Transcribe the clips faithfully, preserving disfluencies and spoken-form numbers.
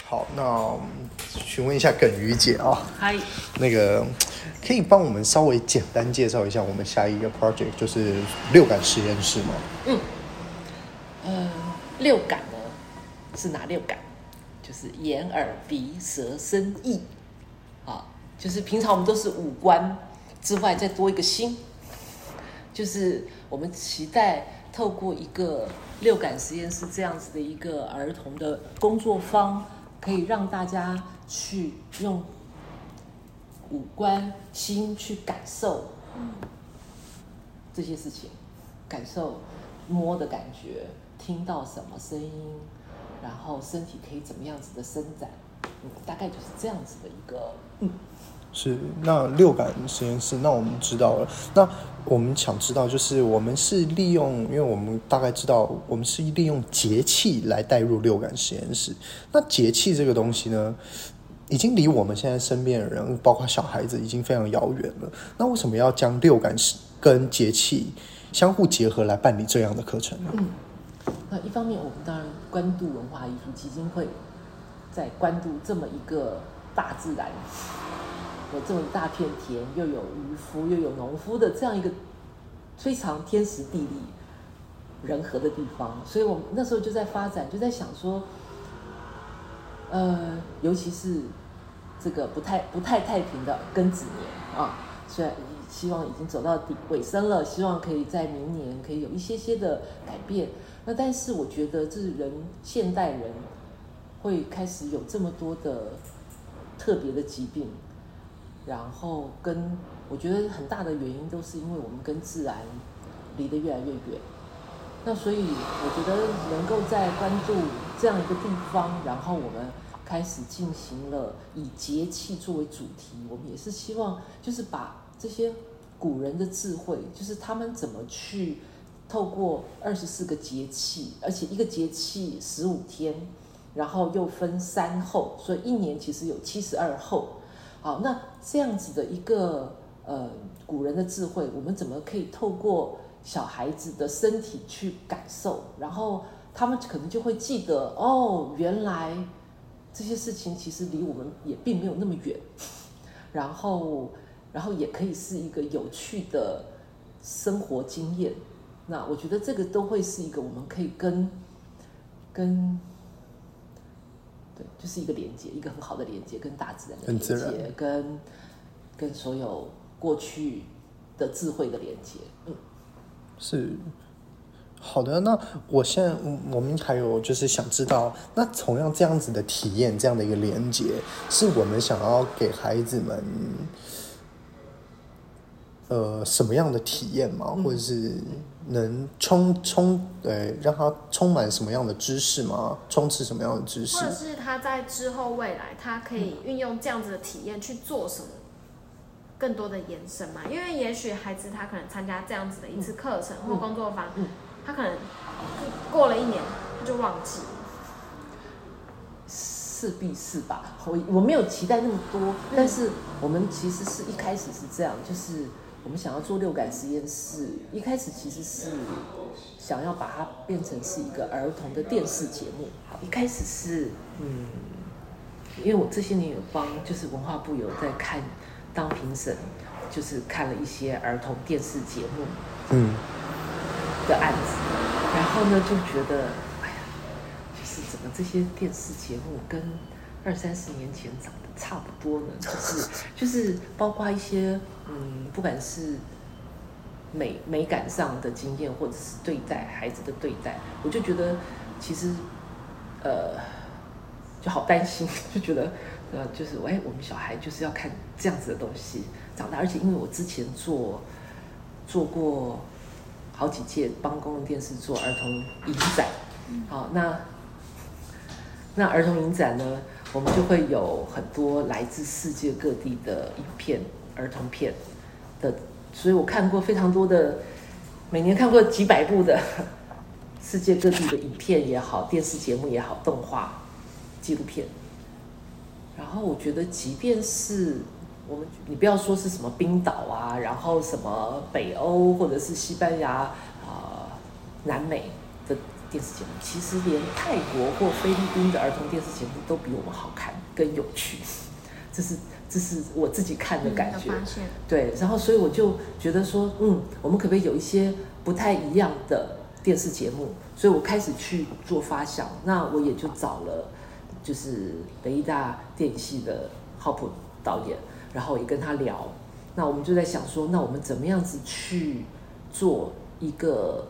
好，那询问一下耿瑜姐啊， 嗨， 那个可以帮我们稍微简单介绍一下我们下一个 project 就是六感实验室吗？ 嗯，呃，六感呢是哪六感？就是眼、耳、鼻、舌、身、意，啊，就是平常我们都是五官之外再多一个心，就是我们期待透过一个六感实验室这样子的一个儿童的工作坊，可以让大家去用五官心去感受这些事情，感受摸的感觉，听到什么声音，然后身体可以怎么样子的伸展，嗯，大概就是这样子的一个，嗯， 是，那六感实验室，那我们知道了。那我们想知道，就是我们是利用，因为我们大概知道，我们是利用节气来带入六感实验室。那节气这个东西呢，已经离我们现在身边的人，包括小孩子，已经非常遥远了。那为什么要将六感跟节气相互结合来办理这样的课程呢？ 嗯，那一方面，我们当然关渡文化艺术基金会在关渡这么一个大自然，有这么一大片田，又有渔夫又有农夫的这样一个非常天时地利人和的地方，所以我们那时候就在发展，就在想说，呃，尤其是这个不太不太太平的庚子年啊，虽然希望已经走到底尾声了，希望可以在明年可以有一些些的改变。那但是我觉得，这是人现代人会开始有这么多的特别的疾病，然后跟我觉得很大的原因都是因为我们跟自然离得越来越远。那所以我觉得能够在关渡这样一个地方，然后我们开始进行了以节气作为主题，我们也是希望就是把这些古人的智慧，就是他们怎么去透过二十四个节气，而且一个节气十五天，然后又分三候，所以一年其实有七十二候。好，那这样子的一个呃古人的智慧，我们怎么可以透过小孩子的身体去感受，然后他们可能就会记得哦，原来这些事情其实离我们也并没有那么远，然后然后也可以是一个有趣的生活经验。那我觉得这个都会是一个我们可以跟跟对，就是一个连接，一个很好的连接，跟大自然的连接，跟跟所有过去的智慧的连接。嗯， 是。好的，那我现在我们还有就是想知道，那同样这样子的体验，这样的一个连接，是我们想要给孩子们，呃，什么样的体验吗？嗯、或者是能充充呃让他充满什么样的知识吗？充斥什么样的知识？ 或者是他在之后未来，他可以运用这样子的体验去做什么？更多的延伸嘛？因为也许孩子他可能参加这样子的一次课程或工作坊。嗯嗯他可能过了一年他就忘记了， 势必是吧？我我没有期待那么多，嗯、但是我们其实是一开始是这样，就是我们想要做六感实验室，一开始其实是想要把它变成是一个儿童的电视节目。好，一开始是嗯，因为我这些年有帮，就是文化部有在看当评审，就是看了一些儿童电视节目，嗯。的案子，然后呢就觉得，哎呀，就是怎么这些电视节目跟二三十年前长得差不多呢？就是就是包括一些嗯，不管是美美感上的经验，或者是对待孩子的对待，我就觉得其实呃就好担心，就觉得呃就是哎，我们小孩就是要看这样子的东西长大，而且因为我之前做做过。好几届帮公共电视做儿童影展，好，那那儿童影展呢，我们就会有很多来自世界各地的影片、儿童片的，所以我看过非常多的，每年看过几百部的世界各地的影片也好，电视节目也好，动画、纪录片。然后我觉得，即便是我们你不要说是什么冰岛啊，然后什么北欧或者是西班牙啊、呃、南美的电视节目，其实连泰国或菲律宾的儿童电视节目都比我们好看跟有趣，这是这是我自己看的感觉。 嗯、发现对，然后所以我就觉得说，嗯，我们可不可以有一些不太一样的电视节目？所以我开始去做发想，那我也就找了就是北艺大电影系的浩普导演，然后也跟他聊。那我们就在想说，那我们怎么样子去做一个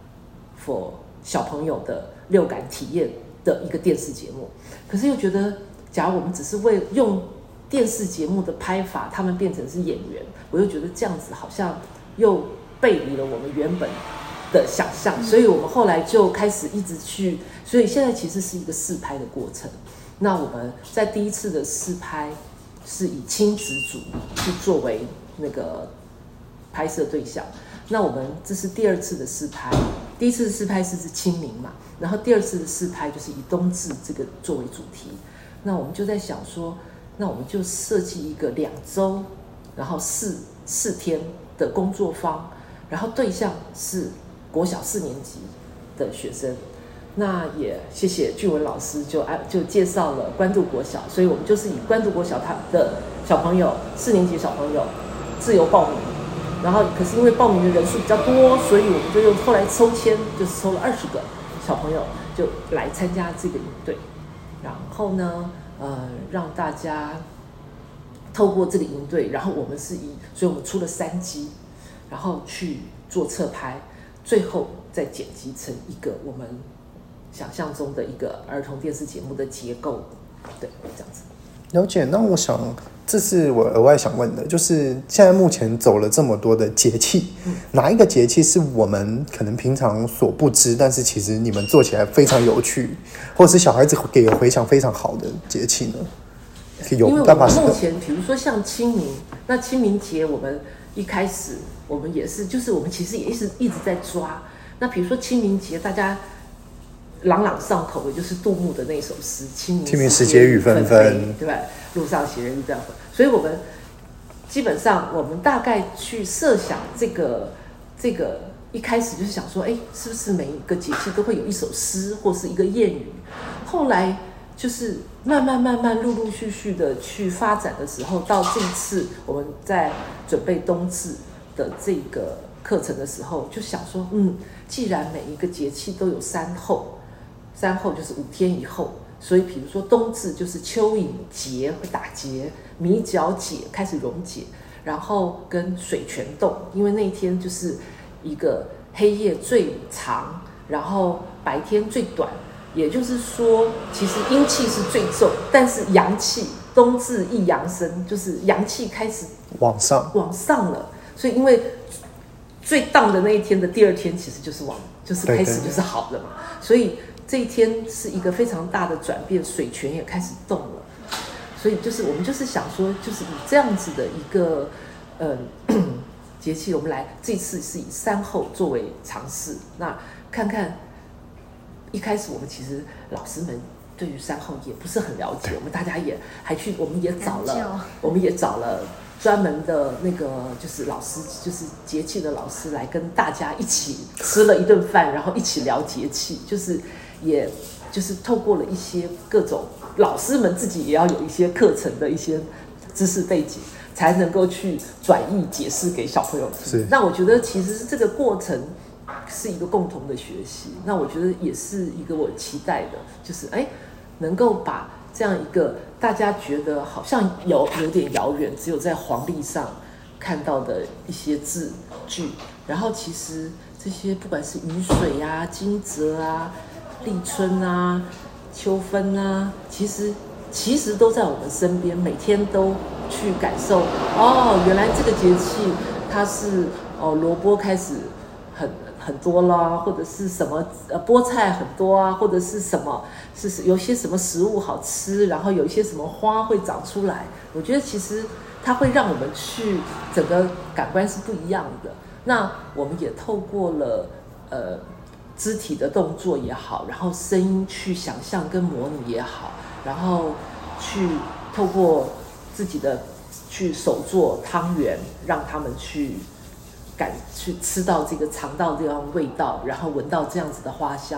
for 小朋友的六感体验的一个电视节目？可是又觉得，假如我们只是为用电视节目的拍法，他们变成是演员，我又觉得这样子好像又背离了我们原本的想象，所以我们后来就开始一直去，所以现在其实是一个试拍的过程。那我们在第一次的试拍是以亲子组去作为那个拍摄对象，那我们这是第二次的试拍，第一次的试拍是是清明嘛，然后第二次的试拍就是以冬至这个作为主题。那我们就在想说，那我们就设计一个两周，然后四四天的工作坊，然后对象是国小四年级的学生。那也谢谢俊文老师就就介绍了关渡国小，所以我们就是以关渡国小他的小朋友四年级小朋友自由报名，然后可是因为报名的人数比较多，所以我们就用后来抽签，就是抽了二十个小朋友就来参加这个营队，然后呢，呃，让大家透过这个营队，然后我们是以，所以我们出了三机，然后去做侧拍，最后再剪辑成一个我们想象中的一个儿童电视节目的结构，对，这样子。 了解。那我想，这是我额外想问的，就是现在目前走了这么多的节气，嗯、哪一个节气是我们可能平常所不知，但是其实你们做起来非常有趣，或者是小孩子给回响非常好的节气呢？有因为我们目前，比如说像清明，那清明节我们一开始我们也是，就是我们其实也一直一直在抓。那比如说清明节，大家朗朗上口的就是杜牧的那首诗“清明时节雨纷纷”， 对吧？路上行人欲断魂。所以我们基本上我们大概去设想这个这个一开始就是想说，哎，是不是每一个节气都会有一首诗或是一个谚语？后来就是慢慢慢慢陆陆续续的去发展的时候，到这一次我们在准备冬至的这个课程的时候，就想说，嗯，既然每一个节气都有三候，三候就是五天以后，所以比如说冬至就是蚯蚓结会打结，米角解开始溶解，然后跟水泉洞，因为那一天就是一个黑夜最长，然后白天最短。也就是说，其实阴气是最重，但是阳气冬至一阳生，就是阳气开始往上往上了。所以因为最荡的那一天的第二天，其实就是往就是开始就是好的嘛。所以这一天是一个非常大的转变，水泉也开始动了。所以就是我们就是想说，就是以这样子的一个呃节气，我们来这次是以三候作为尝试，那看看。一开始我们其实老师们对于三候也不是很了解，我们大家也还去，我们也找了，我们也找了专门的那个就是老师，就是节气的老师来跟大家一起吃了一顿饭，然后一起聊节气，就是也就是透过了一些各种老师们自己也要有一些课程的一些知识背景，才能够去转译解释给小朋友听。那我觉得其实是这个过程。是一个共同的学习，那我觉得也是一个我期待的，就是哎，能够把这样一个大家觉得好像有有点遥远，只有在黄历上看到的一些字句，然后其实这些不管是雨水啊、惊蛰啊、立春啊、秋分啊，其实其实都在我们身边，每天都去感受。哦，原来这个节气它是哦萝卜开始很。很多啦，或者是什么呃菠菜很多啊，或者是什么是有些什么食物好吃，然后有一些什么花会长出来。我觉得其实它会让我们去整个感官是不一样的。那我们也透过了呃肢体的动作也好，然后声音去想象跟模拟也好，然后去透过自己的去手做汤圆，让他们去。感去吃到这个尝到这样味道，然后闻到这样子的花香，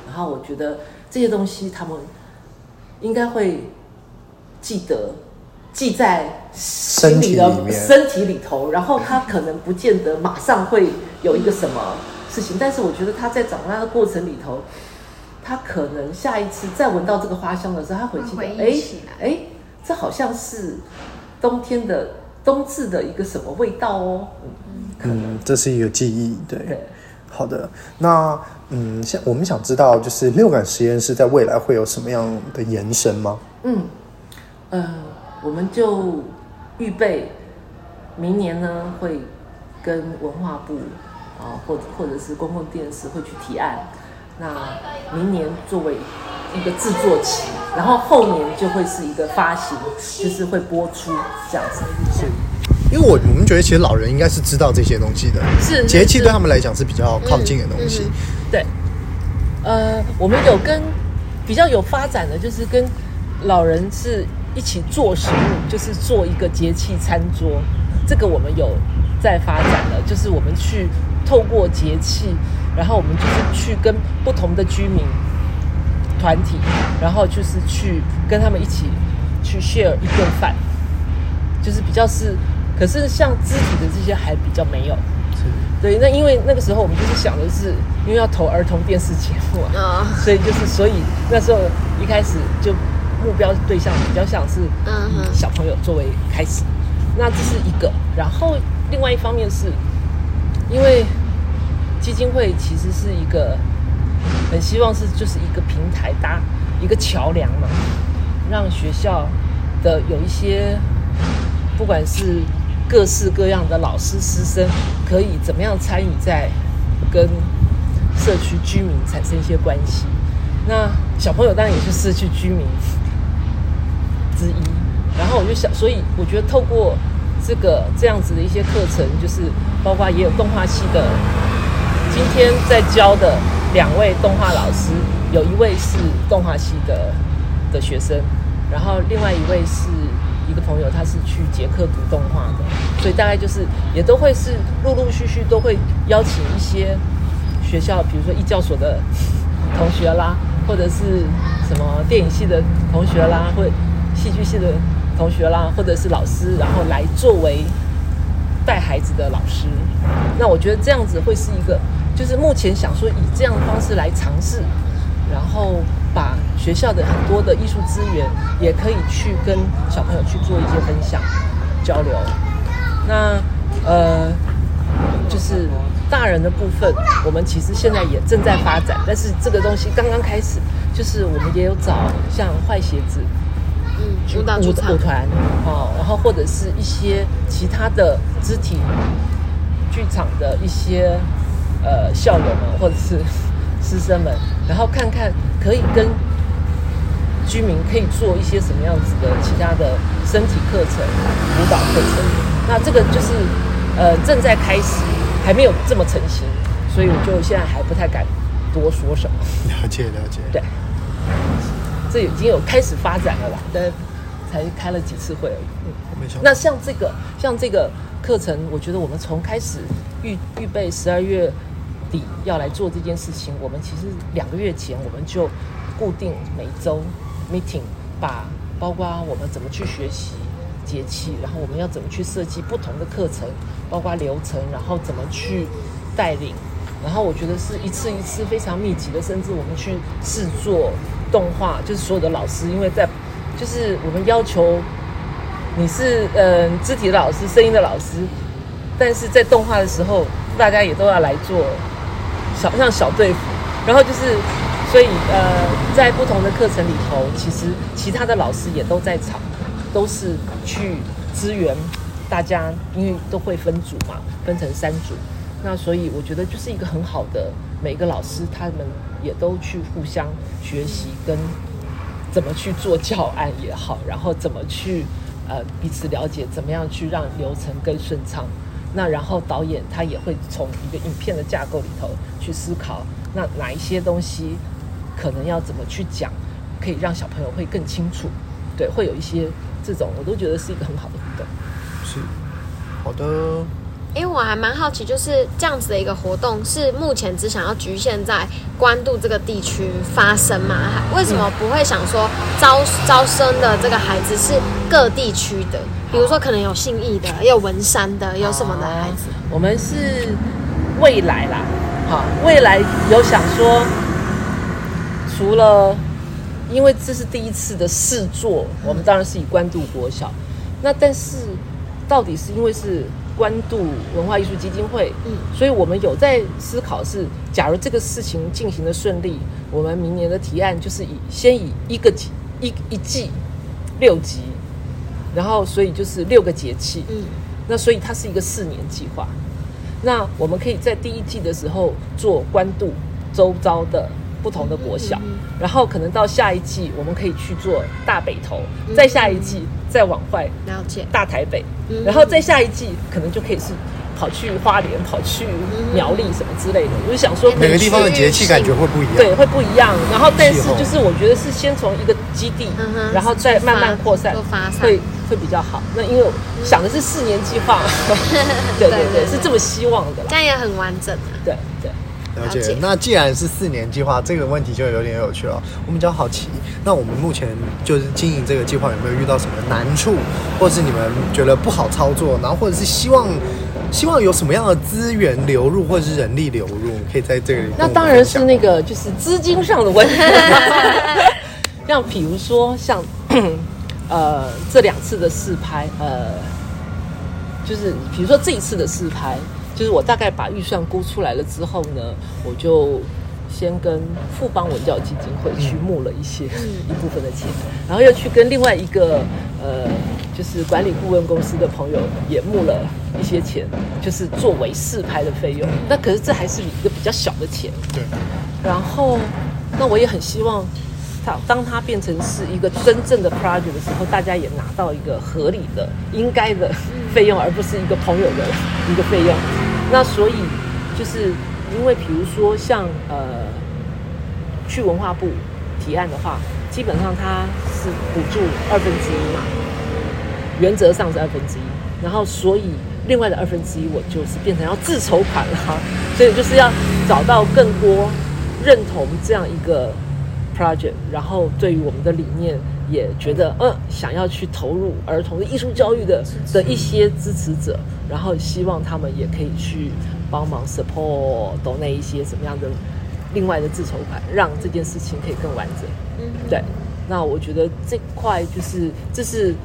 然后我觉得这些东西他们应该会记得，记在心里的身体里头，然后他可能不见得马上会有一个什么事情，但是我觉得他在长大的过程里头，他可能下一次再闻到这个花香的时候，他会记得，哎哎，这好像是冬天的冬至的一个什么味道哦。 嗯，这是一个记忆，对。对，好的，那嗯，像我们想知道，就是六感实验室在未来会有什么样的延伸吗？ 嗯，呃，我们就预备明年呢会跟文化部啊、呃，或者或者是公共电视会去提案，那明年作为一个制作期，然后后年就会是一个发行，就是会播出这样子。 是。因为我我们觉得其实老人应该是知道这些东西的， 是节气对他们来讲是比较靠近的东西。嗯嗯、对，呃，我们有跟比较有发展的，就是跟老人是一起做食物，就是做一个节气餐桌。这个我们有在发展了，就是我们去透过节气，然后我们就是去跟不同的居民团体，然后就是去跟他们一起去 share 一顿饭，就是比较是。可是像肢体的这些还比较没有，对，那因为那个时候我们就是想的是，因为要投儿童电视节目啊， oh. 所以就是所以那时候一开始就目标对象比较像是以小朋友作为开始， uh-huh. 那这是一个。然后另外一方面是，因为基金会其实是一个很希望是就是一个平台搭一个桥梁嘛，让学校的有一些不管是各式各样的老师师生可以怎么样参与在跟社区居民产生一些关系，那小朋友当然也是社区居民之一，然后我就想，所以我觉得透过这个这样子的一些课程，就是包括也有动画系的，今天在教的两位动画老师，有一位是动画系的的学生，然后另外一位是一个朋友，他是去捷克读动画的，所以大概就是也都会是陆陆续续都会邀请一些学校，比如说艺教所的同学啦，或者是什么电影系的同学啦，或者戏剧系的同学啦，或者是老师，然后来作为带孩子的老师。那我觉得这样子会是一个，就是目前想说以这样的方式来尝试，然后把学校的很多的艺术资源也可以去跟小朋友去做一些分享交流。那呃就是大人的部分我们其实现在也正在发展，但是这个东西刚刚开始，就是我们也有找像坏鞋子嗯舞蹈舞团哦，然后或者是一些其他的肢体剧场的一些呃校友们或者是师生们，然后看看可以跟居民可以做一些什么样子的其他的身体课程、舞蹈课程。那这个就是呃正在开始，还没有这么成型，所以我就现在还不太敢多说什么。 了解了解。 对，这已经有开始发展了啦，但才开了几次会而已。嗯， 没错。 那像这个像这个课程，我觉得我们从开始预预备十二月底要来做这件事情，我们其实两个月前我们就固定每周 meeting， 把包括我们怎么去学习节气，然后我们要怎么去设计不同的课程，包括流程，然后怎么去带领，然后我觉得是一次一次非常密集的，甚至我们去制作动画，就是所有的老师，因为在就是我们要求你是嗯、呃、肢体的老师、声音的老师，但是在动画的时候，大家也都要来做小像小队服，然后就是所以呃在不同的课程里头，其实其他的老师也都在场，都是去支援大家，因为都会分组嘛，分成三组，那所以我觉得就是一个很好的，每个老师他们也都去互相学习，跟怎么去做教案也好，然后怎么去呃彼此了解，怎么样去让流程更顺畅。那然后导演他也会从一个影片的架构里头去思考，那哪一些东西可能要怎么去讲，可以让小朋友会更清楚。对，会有一些这种，我都觉得是一个很好的互动。 是，好的。 因为我还蛮好奇，就是这样子的一个活动，是目前只想要局限在关渡这个地区发生吗？为什么不会想说招招生的这个孩子是各地区的？比如说可能有信义的，也有文山的，有什么的孩子？ 我们是未来啦，好，未来有想说，除了因为这是第一次的试做，我们当然是以关渡国小，那但是到底是因为是关渡文化艺术基金会，嗯，所以我们有在思考是，假如这个事情进行的顺利，我们明年的提案就是以先以一个一一季六集，然后所以就是六个节气，嗯，那所以它是一个四年计划。那我们可以在第一季的时候做关渡周遭的不同的国小，嗯嗯嗯，然后可能到下一季我们可以去做大北投，嗯，再下一季再往外了解大台北，嗯，然后再下一季可能就可以是跑去花莲、跑去苗栗什么之类的。我就想说， 每个地方的节气感觉会不一样， 对，会不一样。然后，但是就是我觉得是先从一个基地，嗯，然后再慢慢扩散，会会比较好。那因为我想的是四年计划，对对对，是这么希望的， 这样也很完整啊。 对对。 了解。那既然是四年计划，这个问题就有点有趣了。我们比较好奇，那我们目前就是经营这个计划，有没有遇到什么难处，或是你们觉得不好操作，然后或者是希望希望有什么样的资源流入，或者是人力流入，可以在这里。 那当然是那个就是资金上的问题。像比如说像呃这两次的试拍，呃，就是比如说这一次的试拍。就是我大概把预算估出来了之后呢，我就先跟富邦文教基金会去募了一些、嗯、一部分的钱，然后又去跟另外一个呃，就是管理顾问公司的朋友也募了一些钱，就是作为试拍的费用。那可是这还是一个比较小的钱， 对。 然后，那我也很希望它当它变成是一个真正的 project 的时候，大家也拿到一个合理的、应该的费用，而不是一个朋友的一个费用。那所以就是因为比如说像呃去文化部提案的话，基本上它是补助二分之一嘛，原则上是二分之一，然后所以另外的二分之一我就是变成要自筹款了，所以就是要找到更多认同这样一个 project， 然后对于我们的理念也觉得呃想要去投入儿童的艺术教育的的一些支持者，然后希望他们也可以去帮忙 support donate那一些什么样的另外的自筹款，让这件事情可以更完整。嗯，对。那我觉得这块就是这是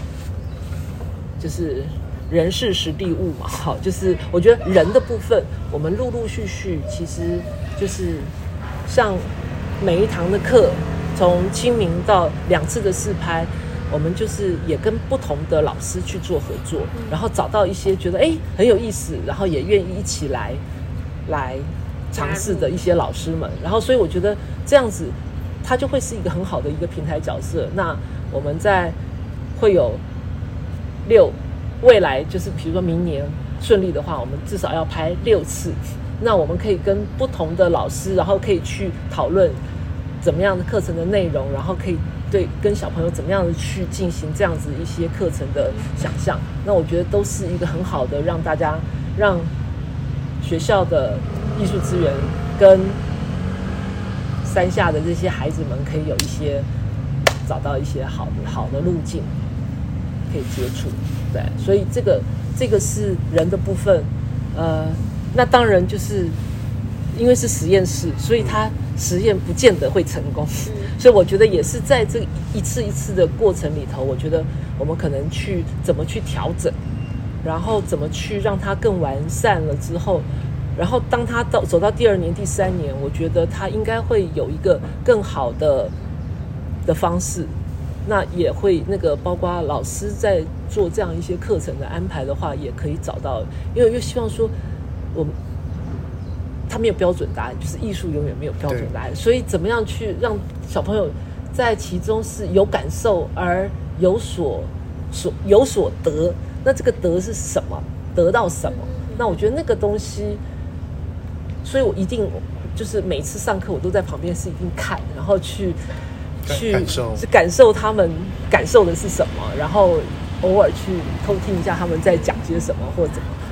就是人事时地物嘛，好，就是我觉得人的部分，我们陆陆续续其实就是像每一堂的课。从清明到两次的试拍，我们就是也跟不同的老师去做合作，然后找到一些觉得哎很有意思，然后也愿意一起来来尝试的一些老师们，然后所以我觉得这样子，它就会是一个很好的一个平台角色。那我们在会有六未来就是比如说明年顺利的话，我们至少要拍六次，那我们可以跟不同的老师，然后可以去讨论。怎么样的课程的内容，然后可以对跟小朋友怎么样的去进行这样子一些课程的想象，那我觉得都是一个很好的让大家让学校的艺术资源跟山下的这些孩子们可以有一些找到一些好的好的路径可以接触，对，所以这个这个是人的部分，呃，那当然就是因为是实验室，所以它实验不见得会成功，所以我觉得也是在这一次一次的过程里头，我觉得我们可能去怎么去调整，然后怎么去让它更完善了之后，然后当它到走到第二年、第三年，我觉得它应该会有一个更好的的方式。那也会那个包括老师在做这样一些课程的安排的话，也可以找到，因为又希望说我们。他没有标准答案，就是艺术永远没有标准答案，所以怎么样去让小朋友在其中是有感受而有所所有所得？那这个得是什么？得到什么？那我觉得那个东西，所以我一定就是每次上课我都在旁边是一定看，然后去去感受， 是感受他们感受的是什么，然后偶尔去偷听一下他们在讲些什么或者怎么。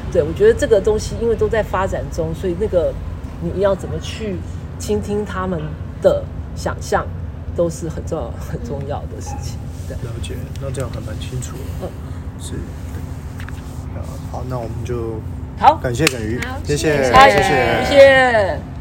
对，我觉得这个东西因为都在发展中，所以那个你要怎么去倾听他们的想象，都是很重要、很重要的事情。对， 了解，那这样还蛮清楚的。嗯，是。好，那我们就好， 感谢耿瑜，谢谢， 谢谢谢， 谢谢。